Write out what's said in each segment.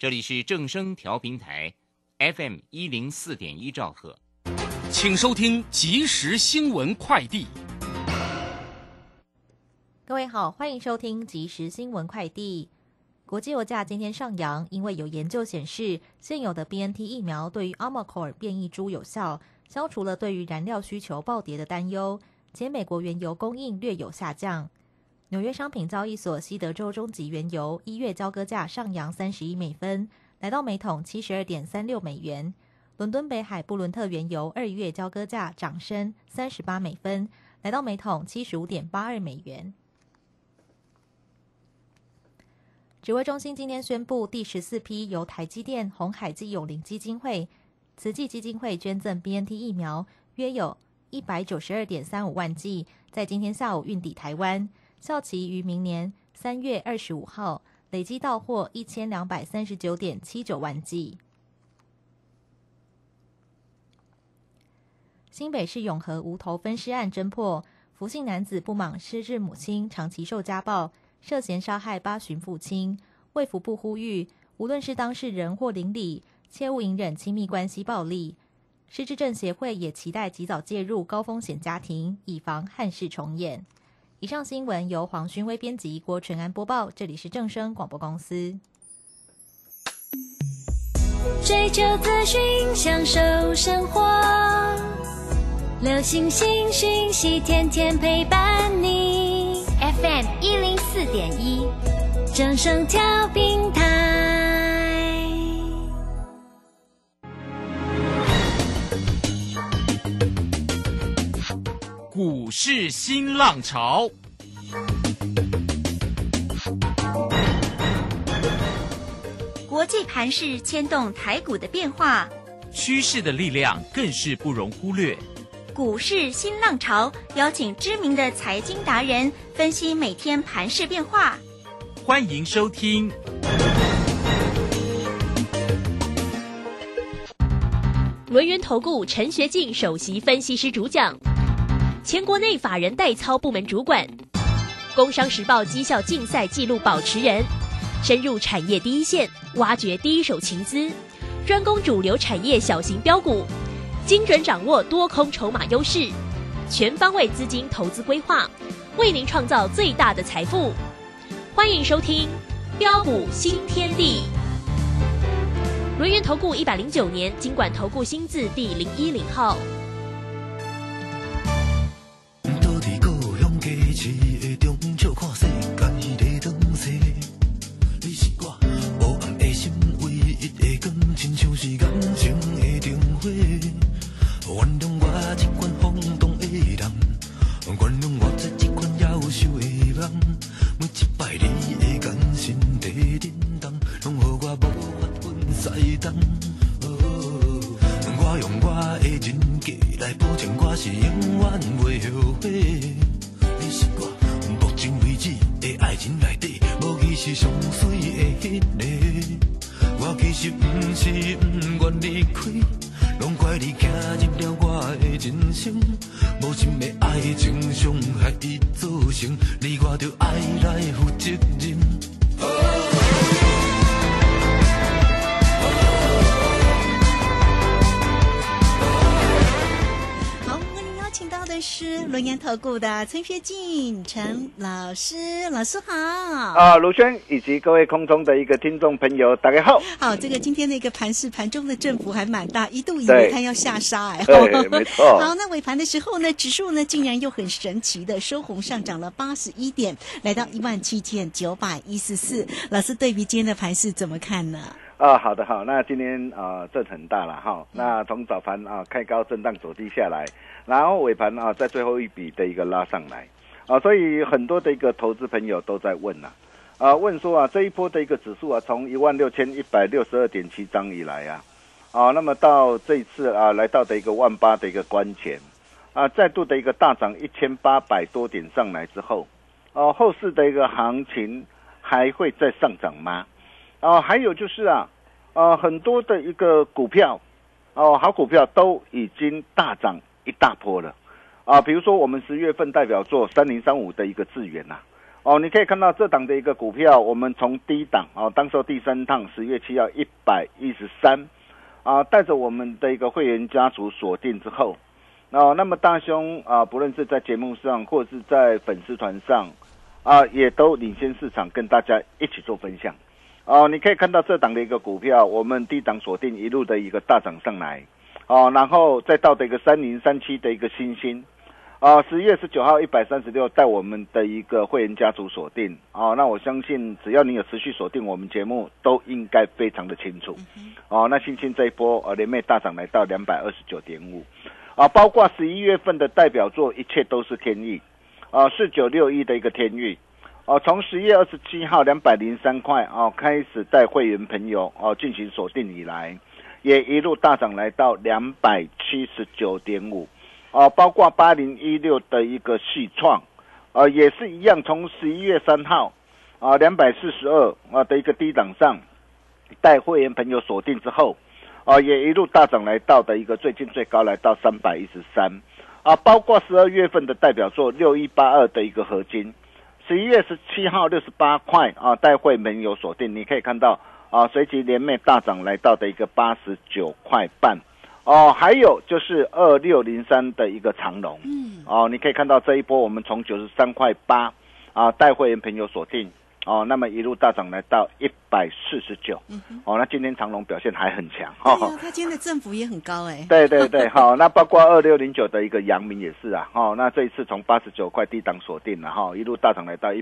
这里是正声调频台 FM 104.1兆赫， 请收听即时新闻快递。 各位好，欢迎收听即时新闻快递。国际油价今天上扬，因为有研究显示，现有的 BNT 疫苗对于 Omicron 变异株有效，消除了对于燃料需求暴跌的担忧，且美国原油供应略有下降。纽约商品交易所西德州中级原油1月交割价上扬31美分，来到每桶 72.36 美元。伦敦北海布伦特原油2月交割价涨升38美分，来到每桶 75.82 美元。指挥中心今天宣布，第14批由台积电、鸿海及永龄基金会、慈济基金会捐赠 BNT 疫苗，约有 192.35 万剂，在今天下午运抵台湾，效期于明年3月25号，累计到货 1239.79 万剂。新北市永和无头分尸案侦破，福姓男子不满失智母亲长期受家暴，涉嫌杀害8旬父亲。卫福部呼吁，无论是当事人或邻里，切勿隐忍亲密关系暴力。失智症协会也期待及早介入高风险家庭，以防憾事重演。以上新闻由黄勋威编辑，郭纯安播报，这里是正声广播公司。 追求资讯，享受生活，流行新讯息，天天陪伴你。FM 104.1，正声调频台。 股市新浪潮， 国际盘势牵动台股的变化， 趋势的力量更是不容忽略。 股市新浪潮邀请知名的财经达人分析每天盘势变化。 欢迎收听轮源投顾陈学进首席分析师主讲，前国内法人代操部门主管，工商时报绩效竞赛纪录保持人，深入产业第一线，挖掘第一手情资，专攻主流产业小型标股，精准掌握多空筹码优势，全方位资金投资规划，为您创造最大的财富。欢迎收听标股新天地。轮源投顾109年金管投顾新字第010号。 倒伫故乡家市的中笑看世界在转西，你是我无暗的心唯一的光，亲像是感情的灯火。原谅我这款放荡的人，原谅我做这款夭寿的梦。每一摆你的眼神在震动，拢予我无法分西东。我用我的人格来保证我是永远袂后悔。你是我目前为止的爱情内底，无疑是上水的迄个。我其实不是不愿离开，拢怪你走入了我的人生。无心的爱情伤害已造成，你我着爱来负责任。 请到的是轮源投顾的陈学进陈老师，老师好。 卢轩以及各位空中的一个听众朋友，大家好。 好，这个今天的一个盘势，盘中的振幅还蛮大，一度以为它要下杀对，没错。 好，那尾盘的时候呢，指数呢竟然又很神奇的收红上涨了81点，来到17914。老师对于今天的盘势怎么看呢？ 好的，好，那今天震很大了哈。那从早盘开高震荡走低下来，然后尾盘在最后一笔的一个拉上来所以很多的一个投资朋友都在问问说这一波的一个指数从16162.7张以来那么到这一次来到的一个18000的一个关前再度的一个大涨1800多点上来之后后市的一个行情还会再上涨吗？还有就是很多的一个股票好股票都已经大涨一大波了比如说我们10月份代表作3035的一个智原哦，你可以看到这档的一个股票，我们从低档当时候第3趟10月7号113带着我们的一个会员家族锁定之后，那么大兄不论是在节目上或者是在粉丝团上也都领先市场跟大家一起做分享。你可以看到这档的一个股票，我们低档锁定一路的一个大涨上来，然后再到的一个3037的一个新兴，10月19号136带我们的一个会员家族锁定，那我相信只要你有持续锁定我们节目，都应该非常的清楚。那新兴这一波连袂大涨来到229.5，包括11月份的代表作，一切都是天意，4961的一个天域。从10月27号203块开始带会员朋友进行锁定以来，也一路大涨来到279.5，包括8016的一个细创，也是一样，从11月3号242的一个低档上带会员朋友锁定之后，也一路大涨来到的一个最近最高来到313，包括12月份的代表作6182的一个合金。11月17号68块带会朋友锁定，你可以看到随即连袂大涨来到的一个89块半还有就是2603的一个长荣，你可以看到这一波我们从93块8带会员朋友锁定那么一路大涨来到149，那今天长荣表现还很强对啊，它今天的振幅也很高对对对那包括2609的一个阳明也是那这一次从89块低档锁定了一路大涨来到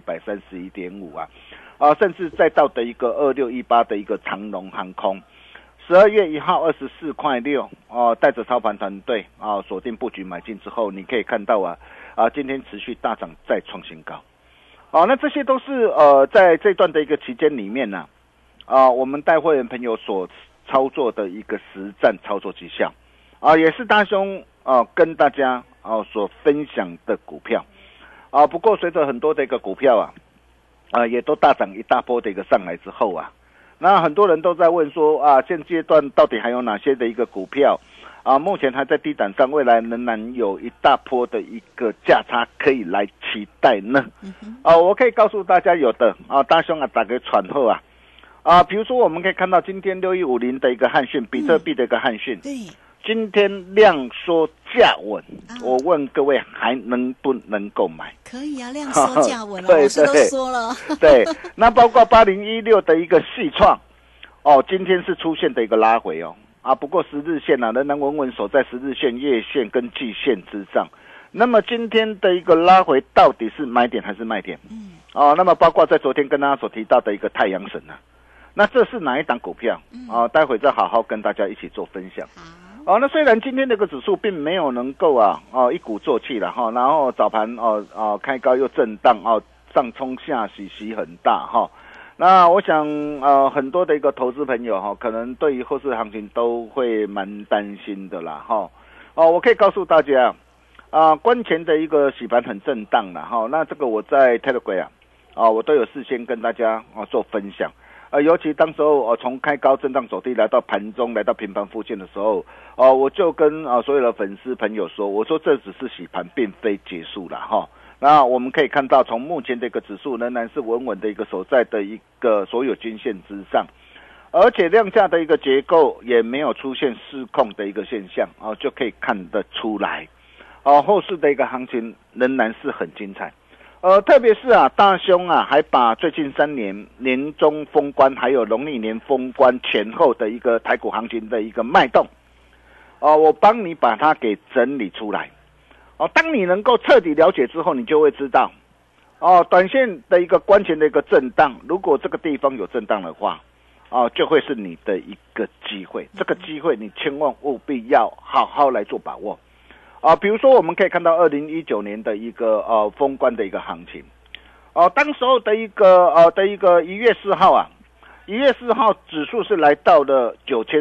131.5甚至再到的一个2618的一个长荣航空，12月1号24块6带着操盘团队锁定布局买进之后，你可以看到今天持续大涨再创新高。那这些都是在这段的一个期间里面呢我们带会员朋友所操作的一个实战操作绩效也是大兄跟大家所分享的股票不过随着很多的一个股票也都大涨一大波的一个上来之后那很多人都在问说现阶段到底还有哪些的一个股票目前还在低档上，未来仍然有一大波的一个价差可以来期待呢？我可以告诉大家有的大兄打个喘后比如说我们可以看到今天6150的一个汉讯，比特币的一个汉讯，今天量缩价稳，我问各位还能不能购买？ 可以量缩价稳了，老师都说了。 对，那包括8016的一个细创，今天是出现的一个拉回不过10日线仍然稳稳守在10日线、月线跟季线之上。那么今天的一个拉回到底是买点还是卖点？那么包括在昨天跟大家所提到的一个太阳神那这是哪一档股票？待会再好好跟大家一起做分享。那虽然今天这个指数并没有能够一鼓作气了然后早盘开高又震荡上冲下洗很大那我想很多的一个投资朋友可能对于后市行情都会蛮担心的啦我可以告诉大家关前的一个洗盘很震荡啦那这个我在 Telegram 我都有事先跟大家做分享尤其当时候从开高震荡走低来到盘中来到平盘附近的时候我就跟所有的粉丝朋友说，我说这只是洗盘并非结束啦那我们可以看到从目前的一个指数仍然是稳稳的一个守在的一个所有均线之上，而且量价的一个结构也没有出现失控的一个现象就可以看得出来后市的一个行情仍然是很精彩特别是大兄还把最近3年年中封关还有农历年封关前后的一个台股行情的一个脉动我帮你把它给整理出来当你能够彻底了解之后，你就会知道短线的一个关前的一个震荡，如果这个地方有震荡的话就会是你的一个机会，这个机会你千万务必要好好来做把握比如说我们可以看到2019年的一个封关的一个行情当时候的一个1月4号1月4号指数是来到了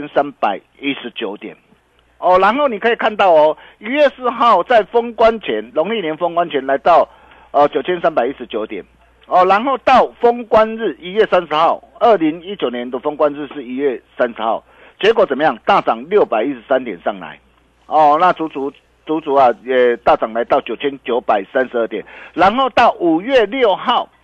9319点然后你可以看到1月4号在封关前，农历年封关前来到9319点然后到封关日1月30号，2019年的封关日是1月30号，结果怎么样？大涨613点上来那足足也大涨来到9932点，然后到5月6号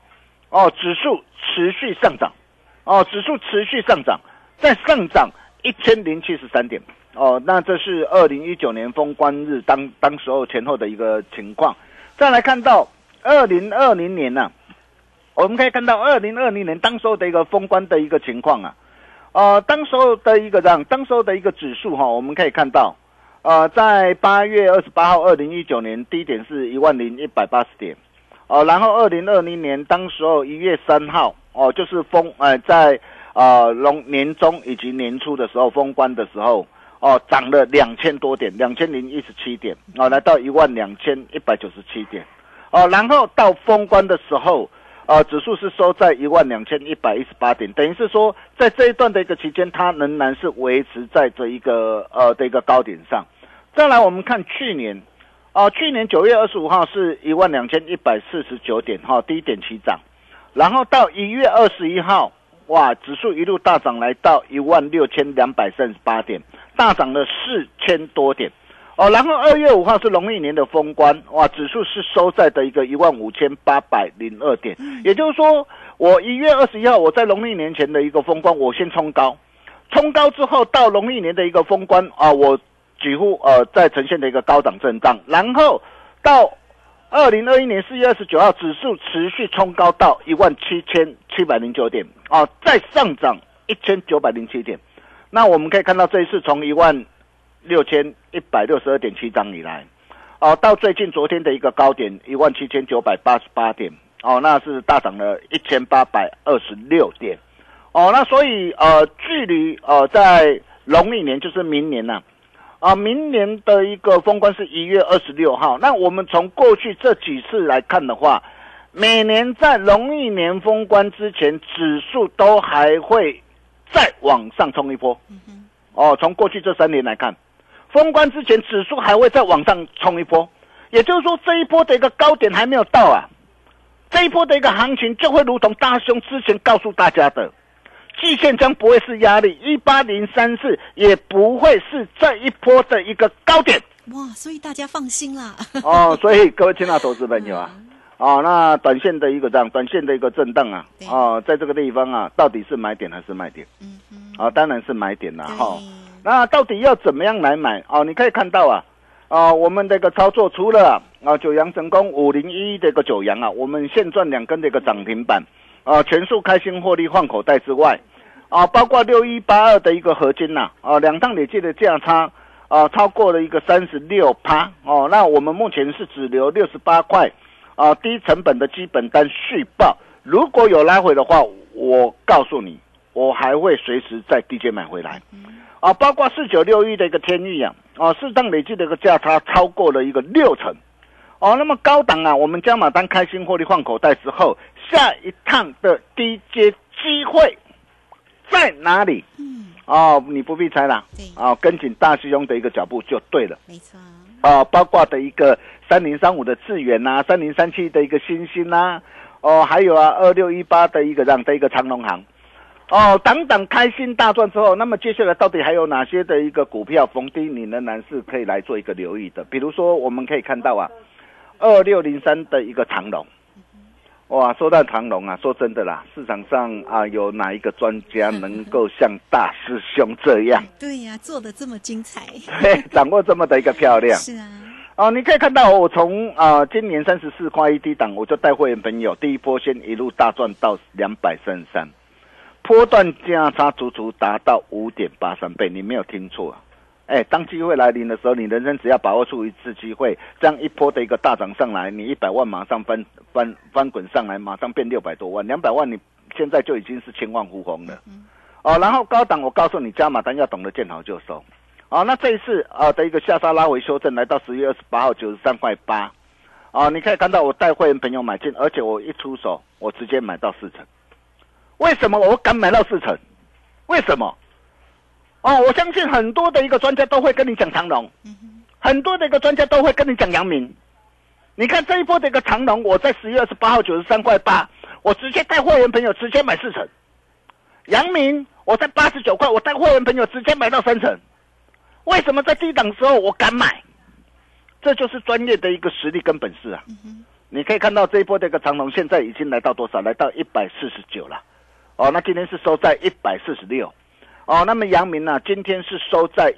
指数持续上涨，指数持续上涨，再上涨1073点，那这是2019年封关日当时候前后的一个情况。再来看到2020年呢，我们可以看到2020年当时候的一个封关的一个情况啊，当时候的一个指数我们可以看到，在8月28号2019年低点是10180点，然后2020年当时候1月3号就是在年中以及年初的时候封关的时候涨了2000多点，2017点来到12197点然后到封关的时候指数是收在12118点，等于是说在这一段的一个期间它仍然是维持在这一个的一个高点上。再来我们看去年去年9月25号是12149点低点起涨，然后到1月21号哇，指数一路大涨来到16238点，大涨了4000多点然后2月5号是农历年的封关，哇，指数是收在的一个15802点，也就是说我1月21号我在农历年前的一个封关我先冲高之后到农历年的一个封关我几乎在呈现的一个高档震荡，然后到2021年4月29号指数持续冲高到17709点再上涨1907点。那我们可以看到这一次从16162点起涨以来到最近昨天的一个高点17988点那是大涨了1826点那所以距离在农历年就是明年明年的一个封关是1月26号。那我们从过去这几次来看的话，每年在农历年封关之前，指数都还会再往上冲一波。从过去这3年来看，封关之前指数还会再往上冲一波，也就是说这一波的一个高点还没有到这一波的一个行情就会如同大兄之前告诉大家的，季线将不会是压力，18034也不会是这一波的一个高点。 哇，所以大家放心啦。 所以各位亲爱的投资朋友那短线的一个震荡在这个地方到底是买点还是卖点？当然是买点啦那到底要怎么样来买你可以看到我们的一个操作除了九阳成功5011的一个九阳我们现赚2根的一个涨停板全数开心获利换口袋之外包括6182的一个合金2趟累计的价差超过了一个36%那我们目前是只留68块低成本的基本单续报，如果有拉回的话，我告诉你，我还会随时在低阶买回来包括4961的一个天域4趟累计的一个价差超过了一个60%那么高档我们加码单开心获利换口袋之后，下一趟的低阶机会在哪里？你不必猜啦跟紧大师兄的一个脚步就对了。 没错包括的一个3035的智原3037的一个新兴还有2618的一个长荣航等开心大赚之后，那么接下来到底还有哪些的一个股票逢低你仍然是可以来做一个留意的？比如说我们可以看到2603的一个长荣。哇，说到长荣说真的啦，市场上有哪一个专家能够像大师兄这样？ 对呀，做得这么精彩， 对，掌握这么的一个漂亮。 是你可以看到我从今年34块1低档，我就带会员朋友第一波先一路大赚到233，波段价差足足达到5.83倍，你没有听错当机会来临的时候，你人生只要把握出一次机会，这样一波的一个大涨上来，你100万马上翻滚上来，马上变600多万，200万你现在就已经是千万富翁了。然后高档我告诉你，加码单要懂得见好就收。那这一次的一个下杀拉回修正，来到10月28号93块8。你可以看到我带会员朋友买进，而且我一出手，我直接买到4成。为什么我敢买到4成？为什么？我相信很多的一个专家都会跟你讲长荣，很多的一个专家都会跟你讲阳明。你看这一波的一个长荣，我在10月28号93块8，我直接带会员朋友直接买4成。阳明我在89块，我带会员朋友直接买到3成。为什么在低档时候我敢买？这就是专业的一个实力跟本事你可以看到这一波这个长荣现在已经来到多少？来到149了。哦，那今天是收在146。哦，那么阳明呢，今天是收在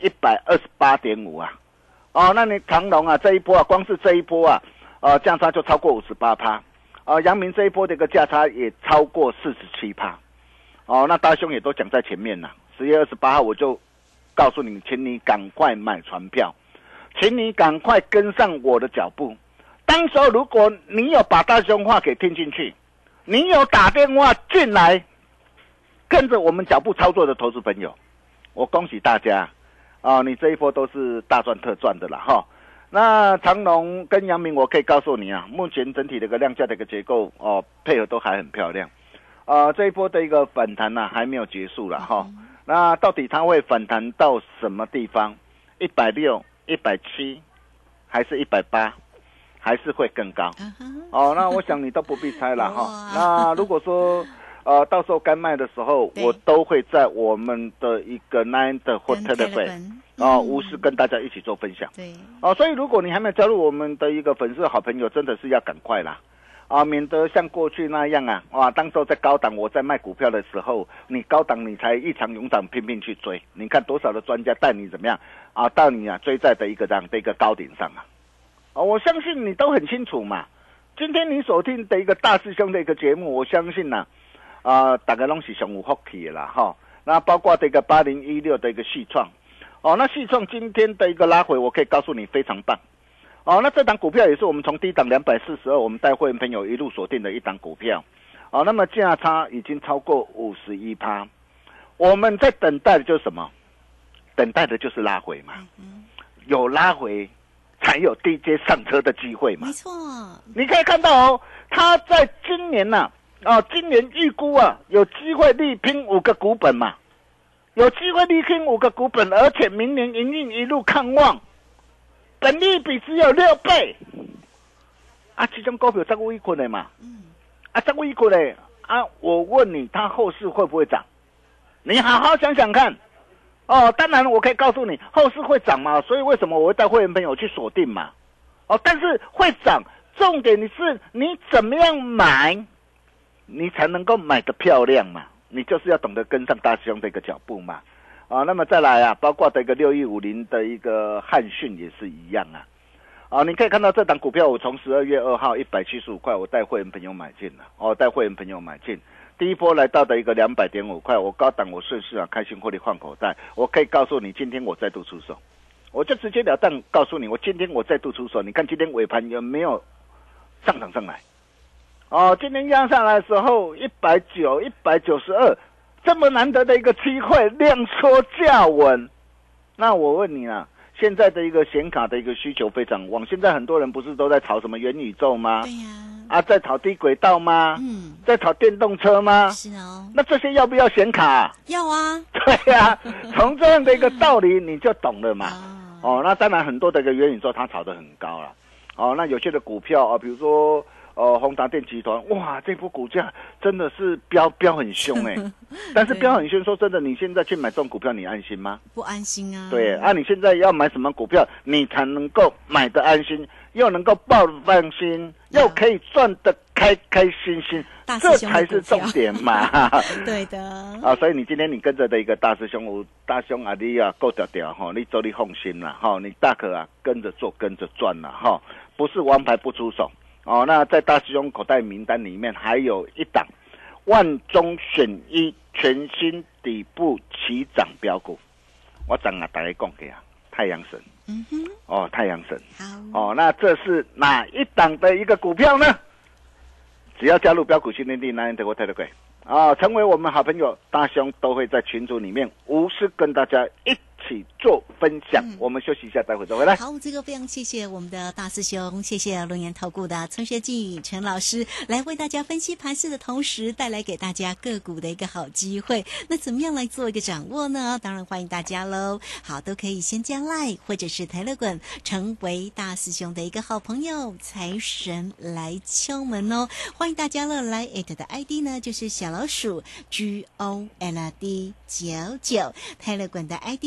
128.5啊。哦，那你长荣啊这一波啊，光是这一波啊，价差就超过58%。阳明这一波的一个价差也超过47%。哦，那大兄也都讲在前面了。10月28号我就告诉你，请你赶快买船票，请你赶快跟上我的脚步。当时候如果你有把大兄话给听进去，你有打电话进来，跟着我们脚步操作的投资朋友，我恭喜大家你这一波都是大赚特赚的啦哈。那长荣跟阳明，我可以告诉你啊，目前整体的一个量价的一个结构配合都还很漂亮。这一波的一个反弹呢还没有结束啦哈。那到底它会反弹到什么地方？160、170，还是180，还是会更高？那我想你都不必猜了哈。那如果说到时候该卖的时候，我都会在我们的一个 Line 的或 Telegram 无私跟大家一起做分享。 对所以如果你还没有加入我们的一个粉丝好朋友，真的是要赶快啦。免得像过去那样当时候在高档我在卖股票的时候，你高档你才异常勇敢拼命去追，你看多少的专家带你怎么样带你追在的一个这样的一个高点上我相信你都很清楚嘛。今天你所听的一个大师兄的一个节目，我相信大家都是上有福气的啦哈。那包括这个8016的一个细创那细创今天的一个拉回，我可以告诉你非常棒。那这档股票也是我们从低档242，我们带会员朋友一路锁定的一档股票。那么价差已经超过51%。我们在等待的就是什么？等待的就是拉回嘛。有拉回才有低阶上车的机会嘛。 没错。 你可以看到它在今年今年预估有机会力拼5个股本嘛。有机会力拼5个股本，而且明年营运一路看旺。本利比只有6倍，这种股票这么贵的嘛，这么贵的我问你，它后市会不会涨？你好好想想看。当然我可以告诉你，后市会涨嘛，所以为什么我会带会员朋友去锁定嘛？但是会涨，重点是你怎么样买，你才能够买得漂亮嘛？你就是要懂得跟上大师兄的一个脚步嘛。那么再来包括这个6150的一个汉讯也是一样你可以看到这档股票，我从12月2号175块，我带会员朋友买进了带会员朋友买进，第一波来到的一个200.5块，我高档我顺势开心获利换口袋。我可以告诉你，今天我再度出手，我就直截了当告诉你，我今天我再度出手。你看今天尾盘有没有上涨上来？今天压上来的时候190、192。这么难得的一个机会，量缩价稳。那我问你现在的一个显卡的一个需求非常旺，现在很多人不是都在炒什么元宇宙吗？ 对呀。 在炒低轨道吗？在炒电动车吗？ 是那这些要不要显卡？ 要啊。 对呀，从这样的一个道理你就懂了嘛。那当然很多的一个元宇宙它炒得很高了。那有些的股票比如说宏达电集团，哇，这波股价真的是飙很凶但是飙很凶，说真的，你现在去买这种股票，你安心吗？ 不安心啊。 对你现在要买什么股票，你才能够买得安心，又能够抱得放心，又可以赚得开心心，这才是重点嘛。 对的。 所以你今天你跟着的一个大师兄，你够调调你走你放心啦你大可跟着做跟着赚啦不是王牌不出手。那在大师兄口袋名单里面还有一档万中选一全新底部起涨标股，我大家讲给太阳神。太阳神。好。那这是哪一档的一个股票呢？只要加入标股训练营，9我Telegram成为我们好朋友，大兄都会在群组里面无私跟大家一起做分享。我们休息一下，待会再回来。 好，这个非常谢谢我们的大师兄，谢谢轮研投顾的陈学进陈老师来为大家分析盘势的同时，带来给大家个股的一个好机会。那怎么样来做一个掌握呢？当然欢迎大家喽。好，都可以先加 LINE 或者是 Telegram 成为大师兄的一个好朋友，财神来敲门哦。欢迎大家了，来 at 的 ID 呢就是小老鼠 GOLD 99， Telegram 的 ID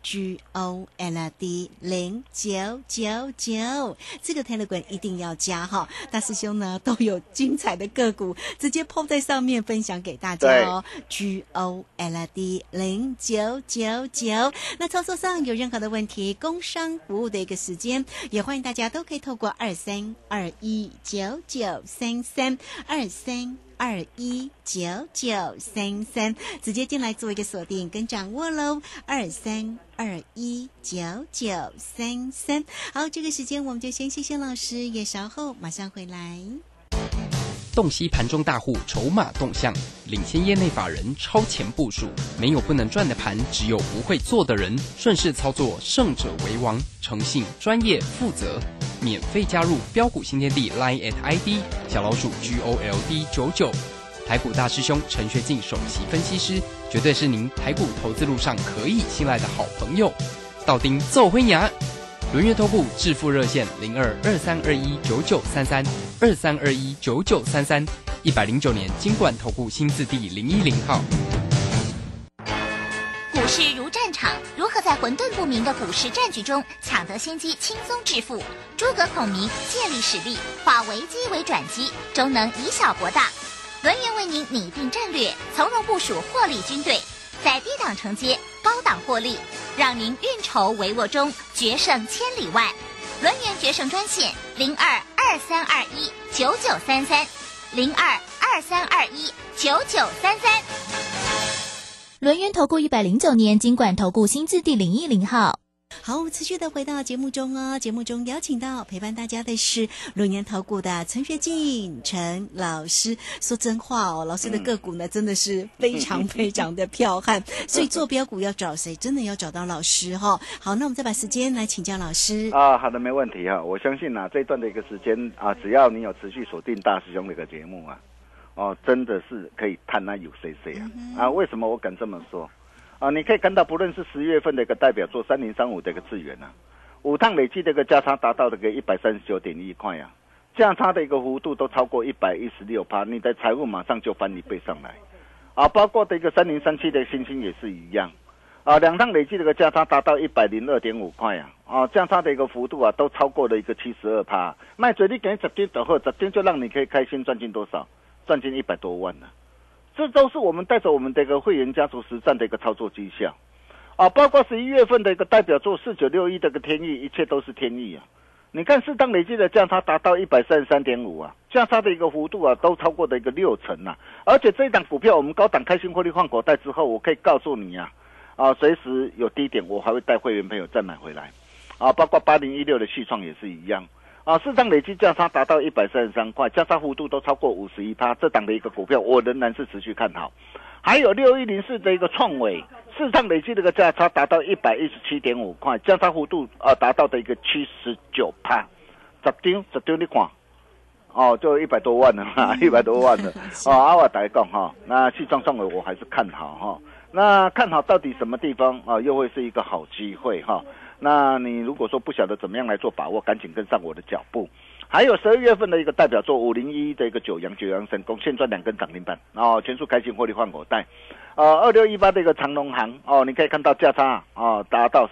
GOLD0999，这个 Telegram 一定要加哈。大师兄呢都有精彩的个股直接 po 在上面分享给大家哦。GOLD0999，那操作上有任何的问题，工商服务的一个时间，也欢迎大家都可以透过2321993323219933直接进来做一个锁定跟掌握喽，2321999933。好，这个时间我们就先谢谢老师，也稍后马上回来。 洞悉盘中大户筹码动向，领先业内法人超前部署，没有不能赚的盘，只有不会做的人。顺势操作，胜者为王。诚信、专业、负责，免费加入标股新天地 Line ID 小老鼠 GOLD99。台股大师兄陈学进首席分析师，绝对是您台股投资路上可以信赖的好朋友。道丁奏辉牙。轮月投顾致富热线0223219933，23219933，109年金管投顾新字第010号。 股市如战场，如何在混沌不明的股市战局中抢得先机，轻松致富？诸葛孔明借力使力，化危机为转机，终能以小博大。轮源为您拟定战略，从容部署获利军队，在低档承接，高档获利，让您运筹帷幄中决胜千里外。轮源决胜专线0223219933，0223219933。 轮源投顾109年金管投顾新字第010号。 好，持续的回到节目中哦。节目中邀请到陪伴大家的是轮源投顾的陈学进陈老师。说真话哦，老师的个股呢真的是非常非常的彪悍，所以做标股要找谁？真的要找到老师哈。好，那我们再把时间来请教老师啊。好的，没问题哈。我相信这一段的一个时间啊，只要你有持续锁定大师兄的一个节目真的是可以探有谁啊。为什么我敢这么说？你可以看到，不论是10月份的一个代表作3035的一个智原5趟累计的一个价差达到的个139.1块价差的一个幅度都超过116%，你的财务马上就翻1倍上来包括的一个3037的星星也是一样2趟累计的一个价差达到102.5块价差的一个幅度都超过了一个72%。卖嘴你给10天就好，10天就让你可以开心赚进多少？赚进100多万了。这都是我们带着我们的一个会员家族实战的一个操作绩效包括11月份的一个代表作4961的一个天意，一切都是天意你看适当累计的价差达到133.5价差的一个幅度都超过的一个60%而且这一档股票我们高档开心获利换口袋之后，我可以告诉你随时有低点我还会带会员朋友再买回来包括8016的续创也是一样市场累计价差达到133块，价差幅度都超过51%，这档的一个股票我仍然是持续看好。还有6104的一个创伟，市场累计的一个价差达到117.5块，价差幅度达到的一个79%，10张你看就100多万了100多万了我大家讲那续创创伟我还是看好那看好到底什么地方又会是一个好机会那你如果说不晓得怎么样来做把握，赶紧跟上我的脚步。还有12月份的一个代表作501的一个九阳神功，现赚2根涨停板全数开心获利换口袋。2618的一个长荣航你可以看到价差达到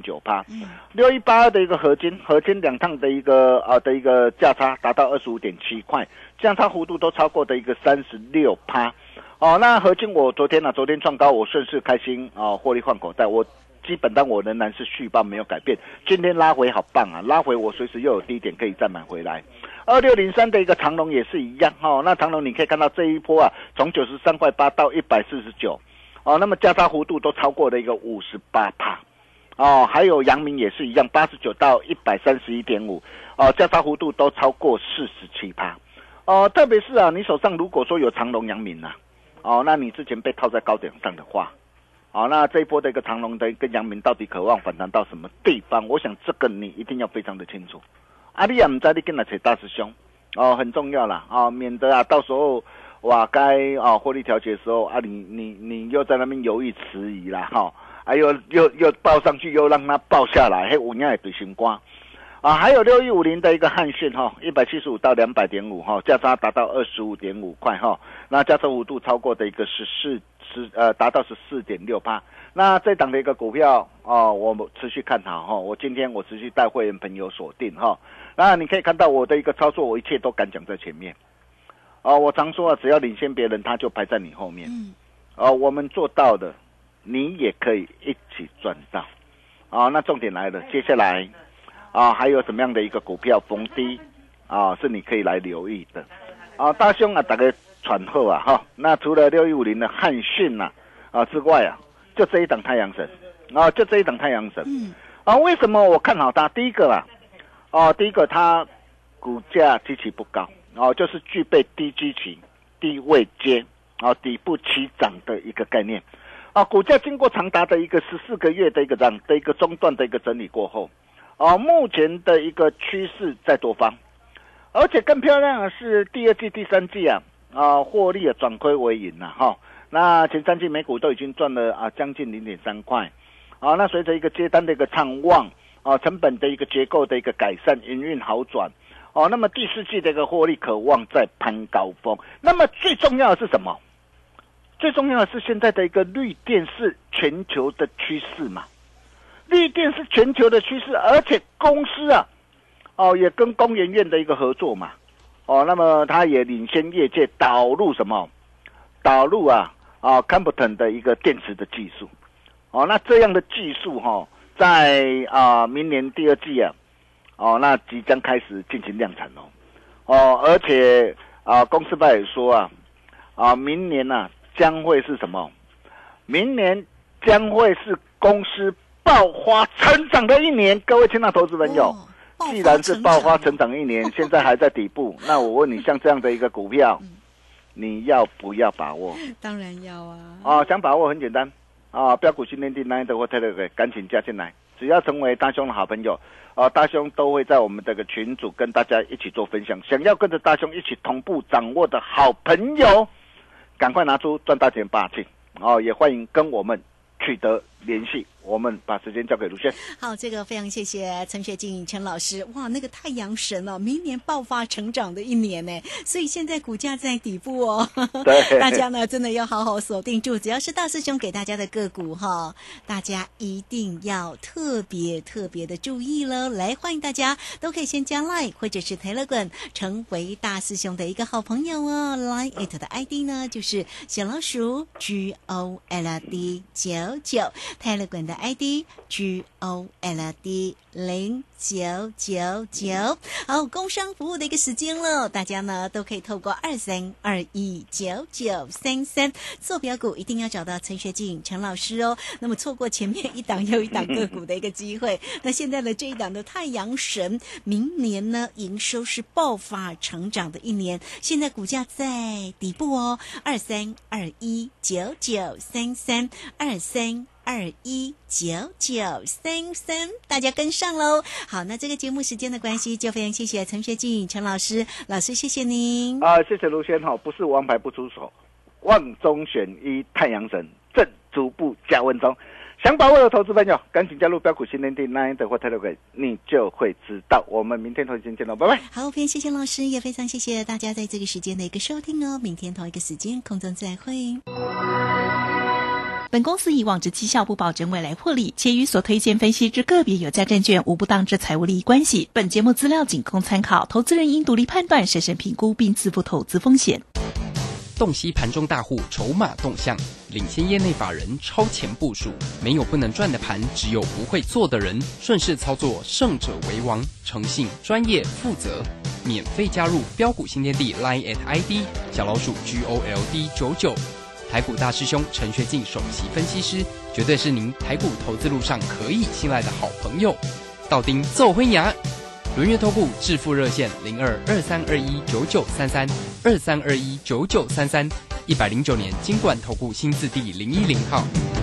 16.9%。6182的一个合金2趟的一个价差达到25.7块，价差幅度都超过的一个36%。那合金我昨天创高，我顺势开心获利换口袋，我基本单我仍然是续报没有改变，今天拉回好棒拉回我随时又有低点可以再买回来。2603的一个长荣也是一样那长荣你可以看到这一波从93.8块到149那么价差幅度都超过了一个58%还有阳明也是一样89到131.5价差幅度都超过47%特别是你手上如果说有长荣阳明那你之前被套在高点上的话那这一波的一个长荣的跟阳明到底渴望反弹到什么地方？我想这个你一定要非常的清楚。你也不知道你跟来找大师兄很重要啦免得到时候该获利调节的时候你又在那边犹豫迟疑啦又报上去又让它报下来，有影会对心肝还有6150的一个汉讯175到200.5价差达到25.5块那价差幅度超过的一个达到14.6%。那这档的一个股票我持续看好我今天我持续带会员朋友锁定那你可以看到我的一个操作，我一切都敢讲在前面我常说只要领先别人，他就排在你后面我们做到的，你也可以一起赚到那重点来了，接下来还有什么样的一个股票逢低是你可以来留意的大兄大家传后那除了6150的汉讯之外就这一档太阳神就这一档太阳神为什么我看好它？第一个它股价基期不高就是具备低基期、低位阶底部起涨的一个概念股价经过长达的一个14个月的一个这样的一个中段的一个整理过后目前的一个趋势在多方，而且更漂亮的是第二季、第三季获利转亏为盈那前3季每股都已经赚了将近 0.3 块那随着一个接单的一个畅旺成本的一个结构的一个改善，营运好转那么第4季的一个获利可望在攀高峰。那么最重要的是什么？最重要的是现在的一个绿电是全球的趋势嘛，绿电是全球的趋势，而且公司也跟工研院的一个合作嘛那么它也领先业界导入什么？导入Compton 的一个电池的技术那这样的技术在明年第2季那即将开始进行量产而且公司派也说明年将会是什么？明年将会是公司爆发成长的一年。各位亲爱的投资朋友，既然是爆发成长一年，现在还在底部，那我问你，像这样的一个股票你要不要把握？ 当然要想把握很简单标股新天地9的或 Telegram 赶紧加进来，只要成为大兄的好朋友大兄都会在我们这个群组跟大家一起做分享。想要跟着大兄一起同步掌握的好朋友，赶快拿出赚大钱霸气也欢迎跟我们取得联系。我们把时间交给卢轩。 好，这个非常谢谢陈学进陈老师。哇，那个太阳神明年爆发成长的一年呢，所以现在股价在底部对， 大家呢真的要好好锁定住，只要是大师兄给大家的个股大家一定要特别的注意了。来，欢迎大家都可以先加 LINE 或者是 Telegram 成为大师兄的一个好朋友LINE it 的 ID 呢就是小老鼠 GOLD 99 Telegram 的ID GOLD 0999。好，工商服务的一个时间了，大家呢都可以透过23219933做标股，一定要找到陈学进陈老师那么错过前面一档又一档个股的一个机会那现在的这一档的太阳神，明年呢营收是爆发成长的一年，现在股价在底部23219933 23219933，大家跟上喽。好，那这个节目时间的关系，就非常谢谢陈学进陈老师，老师谢谢您谢谢卢轩不是王牌不出手，万中选一，太阳神正逐步加温中。想把握的投资朋友，赶紧加入标股新天地9的或 Telegram， 你就会知道。我们明天同一时间见喽，拜拜。 好，非常谢谢老师，也非常谢谢大家在这个时间的一个收听明天同一个时间空中再会。 本公司以往之绩效不保证未来获利，且与所推荐分析之个别有价证券无不当之财务利益关系。本节目资料仅供参考，投资人应独立判断、审慎评估并自负投资风险。 洞悉盘中大户筹码动向，领先业内法人超前部署，没有不能赚的盘，只有不会做的人。顺势操作，胜者为王。诚信、专业、负责，免费加入标股新天地 LINE ID 小老鼠 GOLD 99。台股大师兄陈学进首席分析师，绝对是您台股投资路上可以信赖的好朋友。道丁奏辉牙，轮月投顾致富热线0223219933 23219933，109年金管投顾新字第010号。